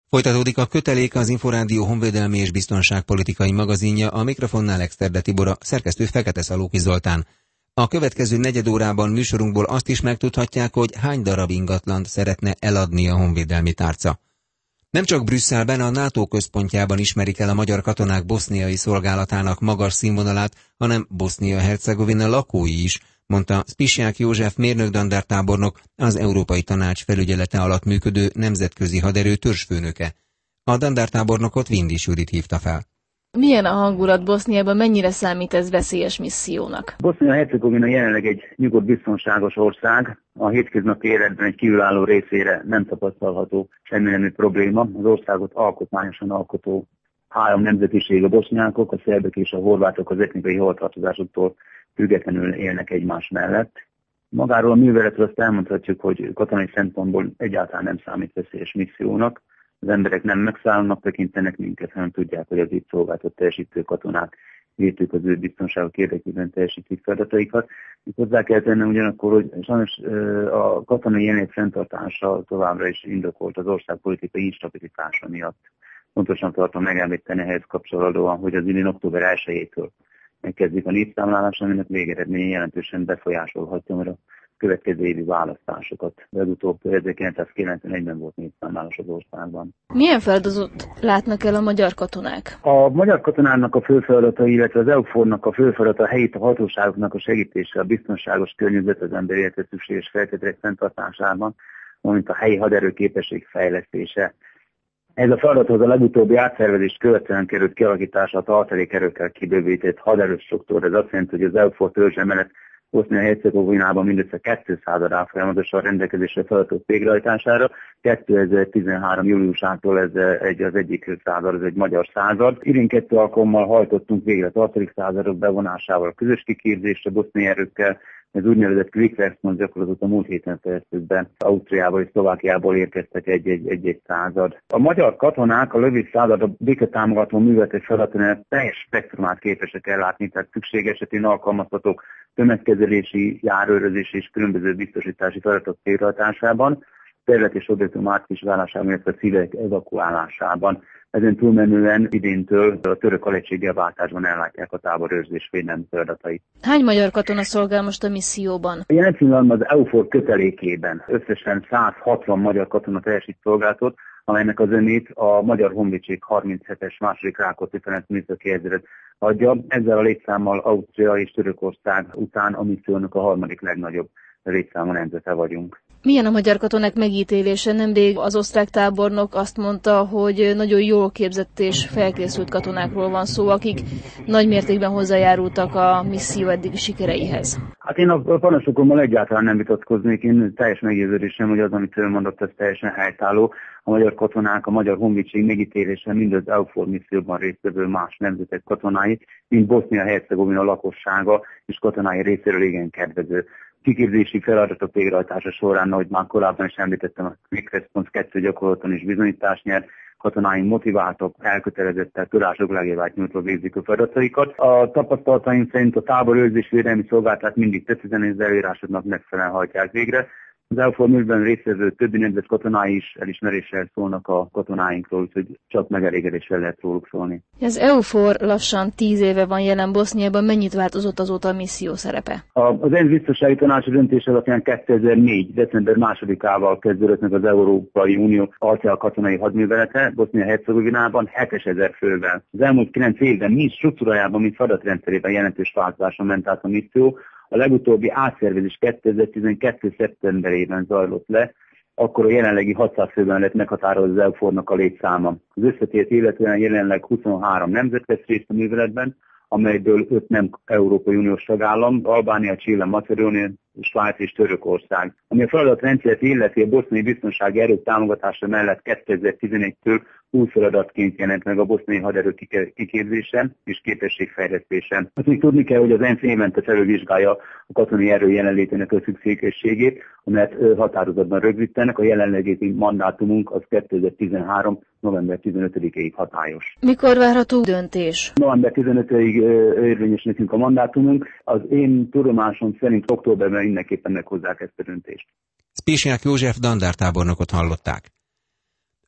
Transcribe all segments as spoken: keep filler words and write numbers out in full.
Folytatódik a Kötelék, az Inforádió honvédelmi és biztonságpolitikai magazinja, a mikrofonnál Exterde Tibor, a szerkesztő Fekete Szalóki Zoltán. A következő negyed órában műsorunkból azt is megtudhatják, hogy hány darab ingatlant szeretne eladni a honvédelmi tárca. Nem csak Brüsszelben, a NATO központjában ismerik el a magyar katonák boszniai szolgálatának magas színvonalát, hanem Bosznia-Hercegovina lakói is, mondta Spisiák József mérnök-dandártábornok, az Európai Tanács felügyelete alatt működő nemzetközi haderő törzsfőnöke. A dandártábornokot Vindis Judit hívta fel. Milyen a hangulat Boszniában, mennyire számít ez veszélyes missziónak? Bosznia-Hercegovina jelenleg egy nyugodt, biztonságos ország. A hétköznapi életben egy kívülálló részére nem tapasztalható semmi probléma. Az országot alkotmányosan alkotó három nemzetiség, a boszniákok, a szerbek és a horvátok az etnikai hovatartozásoktól függetlenül élnek egymás mellett. Magáról a műveletről azt elmondhatjuk, hogy katonai szempontból egyáltalán nem számít veszélyes missziónak. Az emberek nem megszállónak tekintenek minket, hanem tudják, hogy az itt szolgáltat teljesítő katonák értük az ő biztonságok érdekében teljesítik feladataikat. Itt hozzá kell tennem ugyanakkor, hogy sajnos a katonai jelenlét fenntartása továbbra is indokolt az ország politikai instabilitása miatt. Pontosan tartom megemlíteni ehhez kapcsolatban, hogy az idén október elsejétől megkezdik a népszámlálás, aminek végeredménye jelentősen befolyásolhatja, mert a következő évi választásokat. Legutóbb ezerkilencszázkilencvenegyben volt népszámlálás az országban. Milyen feladatot látnak el a magyar katonák? A magyar katonának a fő feladata, illetve az EUFOR-nak a fő feladata a helyi hatóságoknak a segítése, a biztonságos környezet az ember életre szükséges feltételek fenntartásában, valamint a helyi haderő képesség fejlesztése. Ez a feladathoz a legutóbbi átszervezést követően került kialakítása a tartalékerőkkel kibővített haderőstruktúra. Ez azt jelenti, hogy az EUFOR törzse mellett Bosznia-Hercegovinában mindössze kétszázad áll folyamatosan rendelkezésre feladatok végrehajtására. kétezer-tizenhárom júliusától ez egy, az egyik század, ez egy magyar század. Idén kettő alkalommal hajtottunk végre tartalék századok bevonásával a közös kiképzésre boszniai erőkkel. Ez úgynevezett quick response gyakorlatot a múlt héten fejeztük be. Ausztriából és Szlovákiából érkeztek egy-egy század. A magyar katonák a lövész század a béketámogató műveletek feladatán teljes spektrumát képesek ellátni, tehát szükség esetén alkalmazhatók tömegkezelési, járőrözési és különböző biztosítási feladatok végrehajtásában, terület és objektum átvizsgálásában, illetve a civilek evakuálásában. Ezen túlmenően idéntől a török alegységgel váltásban ellátják a táborőrzés védelmi feladatait. Hány magyar katona szolgál most a misszióban? Jelen pillanatban az EUFOR kötelékében összesen száz hatvan magyar katona teljesít szolgálatot, amelynek az önét a Magyar Honvédség harminchetes második Rákóczi Ferenc műszaki ezred adja. Ezzel a létszámmal Ausztria és Törökország után a missziónak a harmadik legnagyobb létszámú nemzete vagyunk. Milyen a magyar katonák megítélése? Nemrég az osztrák tábornok azt mondta, hogy nagyon jól képzett és felkészült katonákról van szó, akik nagy mértékben hozzájárultak a misszió eddigi sikereihez. Hát én a panaszokommal egyáltalán nem vitatkoznék, én teljes meggyőződésem, hogy az, amit ő mondott, ez teljesen helytálló. A magyar katonák, a Magyar Honvédség megítélése mind az EUFOR misszióban résztvevő más nemzetek katonái, mint Bosznia-Hercegovina lakossága és katonái részéről igen kedvező. Kiképzési feladatok végrehajtása során, ahogy már korábban is említettem, a Quick Response kettő gyakorlaton is bizonyítást nyert, katonáink motiváltak, elkötelezettel, tudásoklágévát nyújtva végzik a feladataikat. A tapasztalataim szerint a táborőrzés védelmi szolgálatát mindig precízen az előírásoknak megfelelően hajtják végre. Az EUFOR műben résztvevő többi nemzet katonái is elismeréssel szólnak a katonáinkról, úgyhogy csak megelégedéssel lehet róluk szólni. Az EUFOR lassan tíz éve van jelen Boszniában, mennyit változott azóta a misszió szerepe? Az ENSZ biztonsági tanácsi döntés alapján kétezer-négy. december másodikával kezdődött meg az Európai Unió arccal katonai hadművelete Bosznia-Hercegovinában hétezer fővel. Az elmúlt kilenc évben mind struktúrájában, mind feladatrendszerében jelentős változáson ment át a misszió. A legutóbbi átszervezés kétezer-tizenkettő. szeptemberében zajlott le, akkor a jelenlegi hatszáz főben lett meghatározva az EUFOR-nak a létszáma. Az összetért illetően jelenleg huszonhárom nemzet vesz részt a műveletben, amelyből öt nem Európai Uniós tagállam, Albánia, Chile, Macedónia, Svájc és Törökország. Ami a feladatrendszert illeti, a boszniai biztonsági erők támogatása mellett kétezer-tizenegytől új feladatként jelent meg a boszniai haderő kiképzése és képességfejlesztése. Azt még tudni kell, hogy az ENSZ évente felülvizsgálja a katonai erő jelenlétének a szükségességét, amelyet határozatban rögzítenek. A jelenlegi mandátumunk az kétezer-tizenhárom. november tizenötödikéig hatályos. Mikor várható döntés? november tizenötödikéig érvényes nekünk a mandátumunk. Az én tudomásom szerint októberben mindenképpen meghozzák ezt a döntést. Spisiák József dandártábornokot hallották.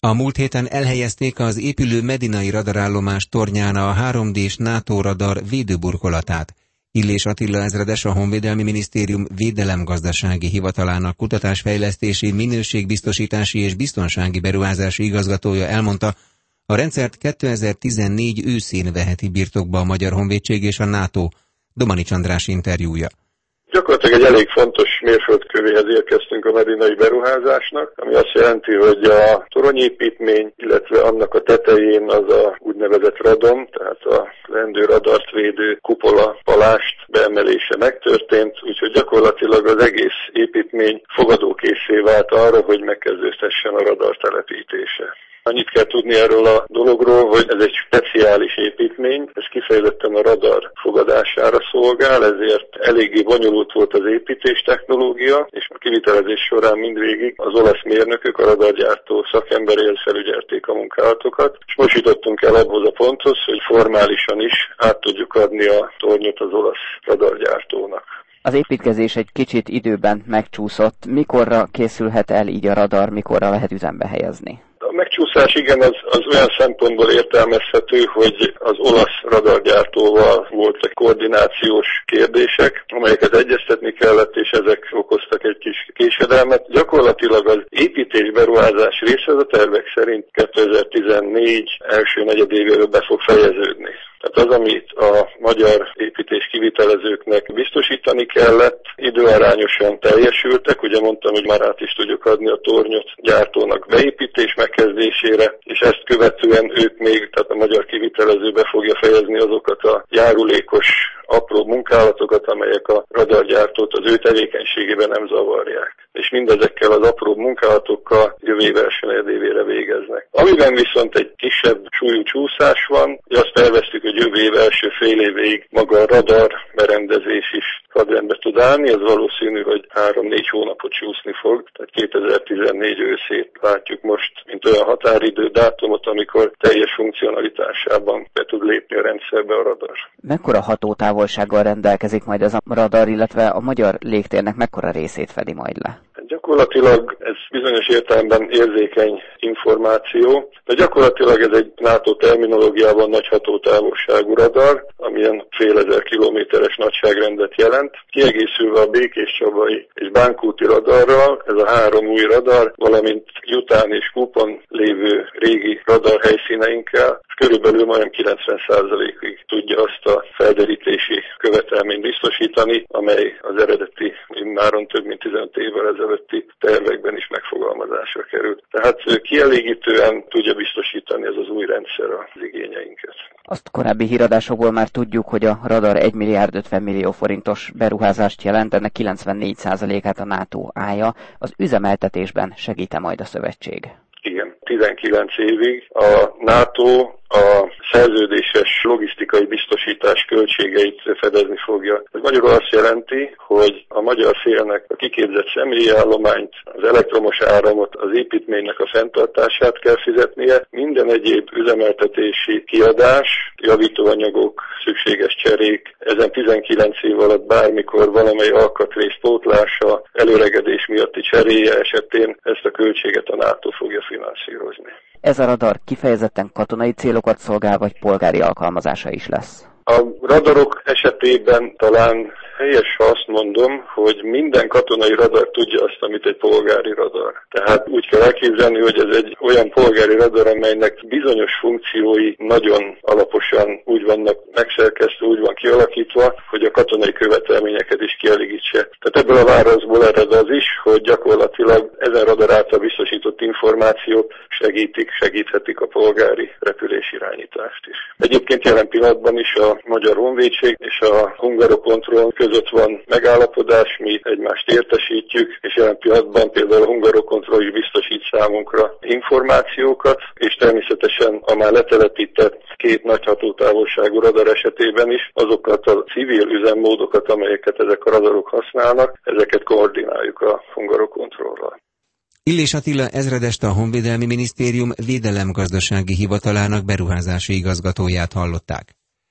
A múlt héten elhelyezték az épülő medinai radarállomás tornyán a három dés NATO radar védőburkolatát. Illés Attila ezredes, a Honvédelmi Minisztérium Védelemgazdasági Hivatalának kutatásfejlesztési, minőségbiztosítási és biztonsági beruházási igazgatója elmondta, a rendszert kétezer-tizennégy őszén veheti birtokba a Magyar Honvédség és a NATO. Domanics András interjúja. Gyakorlatilag egy elég fontos mérföldkövéhez érkeztünk a medinai beruházásnak, ami azt jelenti, hogy a toronyépítmény, illetve annak a tetején az a úgynevezett radom, tehát a leendő radart védő kupola palást beemelése megtörtént, úgyhogy gyakorlatilag az egész építmény fogadókészé vált arra, hogy megkezdődhessen a radar telepítése. Annyit kell tudni erről a dologról, hogy ez egy speciális építmény, ez kifejezetten a radar fogadására szolgál, ezért eléggé bonyolult volt az építés technológia, és a kivitelezés során mindvégig az olasz mérnökök, a radargyártó szakemberéhez felügyelték a munkálatokat, és most jutottunk el abhoz a ponthoz, hogy formálisan is át tudjuk adni a tornyot az olasz radargyártónak. Az építkezés egy kicsit időben megcsúszott. Mikorra készülhet el így a radar, mikorra lehet üzembe helyezni? A megcsúszás igen, az, az olyan szempontból értelmezhető, hogy az olasz radargyártóval voltak koordinációs kérdések, amelyeket egyeztetni kellett, és ezek okoztak egy kis késedelmet. Gyakorlatilag az építés-beruházás része a tervek szerint kétezer-tizennégy első negyedévéről be fog fejeződni. Tehát az, amit a magyar építés kivitelezőknek biztosítani kellett, időarányosan teljesültek. Ugye mondtam, hogy már át is tudjuk adni a tornyot gyártónak beépítés megkezdésére, és ezt követően ők még, tehát a magyar kivitelező be fogja fejezni azokat a járulékos apró munkálatokat, amelyek a radargyártót az ő tevékenységében nem zavarják. És mindezekkel az apró munkálatokkal jövő év első negyedévére végeznek. Amiben viszont egy kisebb súlyú csúszás van, hogy azt terveztük, hogy jövő év első fél évéig maga a radar berendezés is hadrendbe tud állni, ez valószínű, hogy három-négy hónapot csúszni fog, tehát kétezer-tizennégy őszét látjuk most, mint olyan határidő dátumot, amikor teljes funkcionalitásában be tud lépni a rendszerbe a radar. Mekkora hatótávolsággal rendelkezik majd ez a radar, illetve a magyar légtérnek mekkora részét fedi majd le? Gyakorlatilag ez bizonyos értelemben érzékeny információ, de gyakorlatilag ez egy NATO terminológiában nagy hatótávolságú radar, amilyen fél ezer kilométeres nagyságrendet jelent. Kiegészülve a Békéscsabai és Bánkúti radarral, ez a három új radar, valamint Jután és Kúpon lévő régi radar helyszíneinkkel, körülbelül majdnem kilencven százalékig tudja azt a felderítési követelményt biztosítani, amely az eredeti, immáron több mint tizenöt évvel ezelőtti tervekben is megfogalmazásra került. Tehát kielégítően tudja biztosítani ez az új rendszer az igényeinket. Azt korábbi híradásokból már tudjuk, hogy a radar egy milliárd ötven millió forintos beruházást jelent, ennek kilencvennégy százalékát a NATO állja. Az üzemeltetésben segít-e majd a szövetség? Igen, tizenkilenc évig a NATO a szerződéses logisztikai biztosítás költségeit fedezni fogja. Ez magyarul azt jelenti, hogy a magyar félnek a kiképzett személyi állományt, az elektromos áramot, az építménynek a fenntartását kell fizetnie, minden egyéb üzemeltetési kiadás, javítóanyagok, szükséges cserék, ezen tizenkilenc év alatt bármikor valamely alkatrész pótlása, előregedés miatti cseréje esetén ezt a költséget a NATO fogja finanszírozni. Ez a radar kifejezetten katonai célokat szolgál, vagy polgári alkalmazása is lesz? A radarok esetében talán helyes, ha azt mondom, hogy minden katonai radar tudja azt, amit egy polgári radar. Tehát úgy kell elképzelni, hogy ez egy olyan polgári radar, amelynek bizonyos funkciói nagyon alaposan úgy vannak megszerkesztve, úgy van kialakítva, hogy a katonai követelményeket is kielégítse. Tehát ebből a válaszból ered az is, hogy gyakorlatilag ezen radar által biztosított információk segítik, segíthetik a polgári repülésirányítást is. Egyébként jelen pillanatban is a Magyar Honvédség és a Hungarocontrol között van megállapodás, mi egymást értesítjük, és jelen pillanatban például a Hungarocontrol is biztosít számunkra információkat, és természetesen a már letelepített két nagy hatótávolságú radar esetében is azokat a civil üzemmódokat, amelyeket ezek a radarok használnak, ezeket koordináljuk a Hungarocontrollal. Illés Attila ezredest, a Honvédelmi Minisztérium Védelemgazdasági Hivatalának beruházási igazgatóját hallották.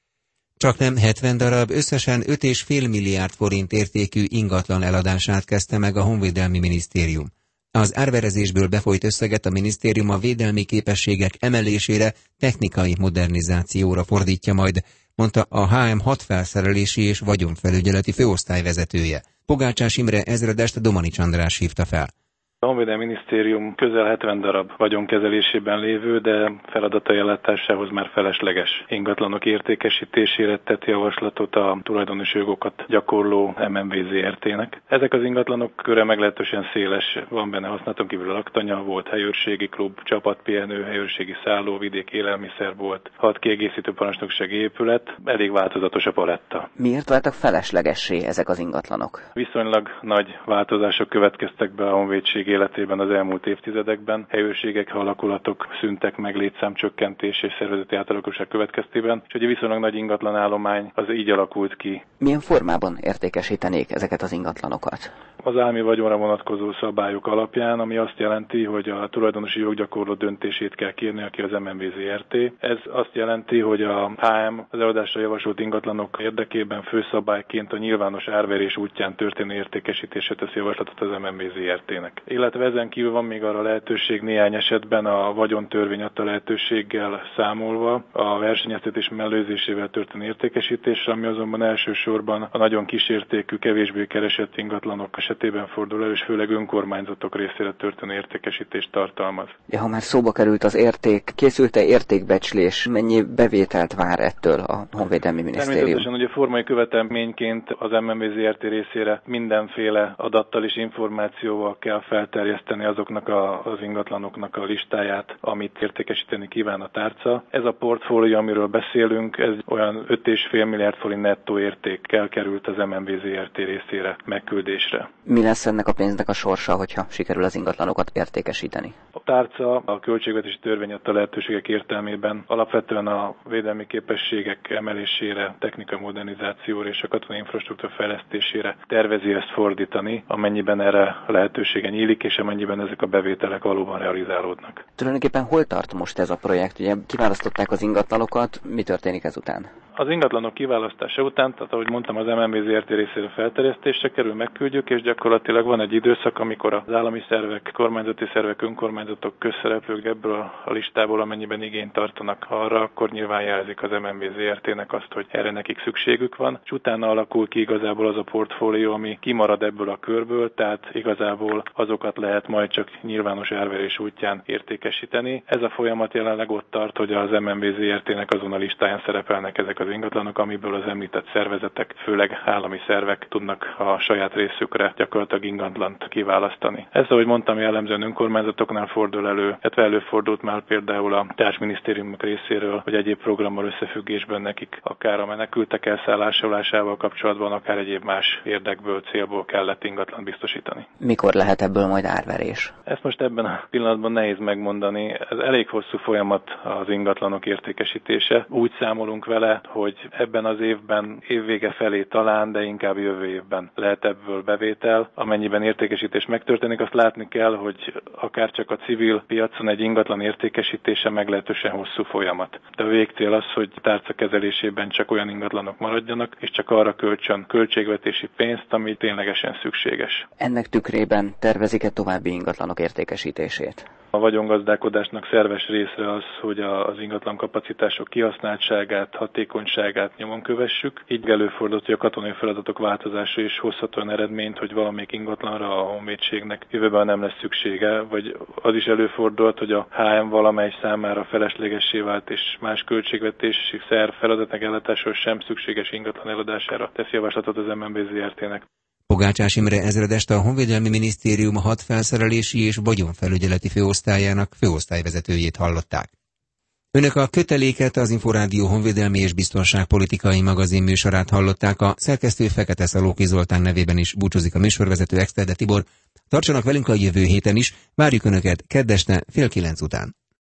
Csaknem hetven darab, összesen öt egész öt milliárd forint értékű ingatlan eladását kezdte meg a Honvédelmi Minisztérium. Az árverezésből befolyt összeget a minisztérium a védelmi képességek emelésére, technikai modernizációra fordítja majd, mondta a há em hadfelszerelési és vagyonfelügyeleti főosztály vezetője. Pogácsás Imre ezredest Domanics András hívta fel. A Honvédelmi Minisztérium közel hetven darab vagyonkezelésében lévő, de feladatai ellátásához már felesleges ingatlanok értékesítésére tett javaslatot a tulajdonosi jogokat gyakorló em en vé zé er té-nek. Ezek az ingatlanok köre meglehetősen széles, van benne használaton kívül a laktanya, volt helyőrségi klub, csapatpihenő, helyőrségi szálló, vidéki élelmiszerbolt, hat kiegészítő parancsnoksági épület, elég változatos a paletta. Miért váltak feleslegessé ezek az ingatlanok? Viszonylag nagy változások következtek be a honvédség életében az elmúlt évtizedekben. Helyőrségek, alakulatok szűntek meg létszámcsökkentés és szervezeti átalakulások következtében, és egy viszonylag nagy ingatlan állomány az így alakult ki. Milyen formában értékesítenék ezeket az ingatlanokat? Az állami vagyonra vonatkozó szabályok alapján, ami azt jelenti, hogy a tulajdonosi joggyakorló döntését kell kérni, aki az em en vé zé er té. Ez azt jelenti, hogy a há em az eladásra javasolt ingatlanok érdekében főszabályként a nyilvános árverés útján történő értékesítésre teszi javaslatot az em en vé zé er té-nek. Illetve ezen kívül van még arra lehetőség néhány esetben a vagyontörvény adta lehetőséggel számolva a versenyeztetés mellőzésével történő értékesítésre, ami azonban elsősorban a nagyon kisértékű, kevésbé keresett ingatlanok esetében fordul elő, és főleg önkormányzatok részére történő értékesítést tartalmaz. Ja, ha már szóba került az érték, készült-e értékbecslés? Mennyi bevételt vár ettől a Honvédelmi Minisztérium? Természetesen ugye formai követelményként az em en vé zé er té részére mindenféle adattal és információval kell felterjeszteni azoknak a, az ingatlanoknak a listáját, amit értékesíteni kíván a tárca. Ez a portfólió, amiről beszélünk, ez olyan öt egész öt milliárd forint nettó értékkel került az em en vé zé er té részére megküldésre. Mi lesz ennek a pénznek a sorsa, hogyha sikerül az ingatlanokat értékesíteni? A tárca a költségvetési törvény adta lehetőségek értelmében alapvetően a védelmi képességek emelésére, technikai modernizációra és a katonai infrastruktúra fejlesztésére tervezi ezt fordítani, amennyiben erre lehetősége nyílik, és amennyiben ezek a bevételek valóban realizálódnak. Tulajdonképpen hol tart most ez a projekt? Ugye kiválasztották az ingatlanokat, mi történik ezután? Az ingatlanok kiválasztása után, tehát ahogy mondtam, az em en vé zé er té részére felterjesztésre kerül, megküldjük, és gyakorlatilag van egy időszak, amikor az állami szervek, kormányzati szervek, önkormányzatok, közszereplők ebből a listából, amennyiben igényt tartanak arra, akkor nyilván jelzik az em en vé zé er té-nek azt, hogy erre nekik szükségük van, és utána alakul ki igazából az a portfólió, ami kimarad ebből a körből, tehát igazából azokat lehet majd csak nyilvános árverés útján értékesíteni. Ez a folyamat jelenleg ott tart, hogy az em en vé zé er té-nek azon a listáján szerepelnek ezek az ingatlanok, amiből az említett szervezetek, főleg állami szervek tudnak a saját részükre gyakorlatilag ingatlant kiválasztani. Ez, ahogy mondtam, jellemzően önkormányzatoknál fordul elő, illetve előfordult már például a társminisztériumok részéről, hogy egyéb programmal összefüggésben nekik akár a menekültek elszállásolásával kapcsolatban, akár egyéb más érdekből, célból kellett ingatlan biztosítani. Mikor lehet ebből majd árverés? Ezt most ebben a pillanatban nehéz megmondani. Ez elég hosszú folyamat az ingatlanok értékesítése. Úgy számolunk vele, hogy ebben az évben, évvége felé talán, de inkább jövő évben lehet ebből bevétel. Amennyiben értékesítés megtörténik, azt látni kell, hogy akár csak a civil piacon egy ingatlan értékesítése meglehetősen hosszú folyamat. De a végcél az, hogy tárca kezelésében csak olyan ingatlanok maradjanak, és csak arra költsön költségvetési pénzt, ami ténylegesen szükséges. Ennek tükrében tervezik-e további ingatlanok értékesítését? A vagyongazdálkodásnak szerves része az, hogy az ingatlan kapacitások kihasználtságát, hatékonyságát nyomon kövessük. Így előfordult, hogy a katonai feladatok változása is hozhat olyan eredményt, hogy valamelyik ingatlanra a honvédségnek jövőben nem lesz szüksége, vagy az is előfordult, hogy a há em valamely számára feleslegessé vált, és más költségvetési szerv feladatnak ellátásról sem szükséges ingatlan eladására teszi javaslatot az em en vé zé er té-nek. Pogácsás Imre ezredest a Honvédelmi Minisztérium hadfelszerelési és vagyonfelügyeleti főosztályának főosztályvezetőjét hallották. Önök a Köteléket, az Inforádió honvédelmi és biztonságpolitikai magazin műsorát hallották, a szerkesztő Fekete Szalóki Zoltán nevében is búcsúzik a műsorvezető Exterde Tibor. Tartsanak velünk a jövő héten is, várjuk Önöket kedd este fél kilenc után.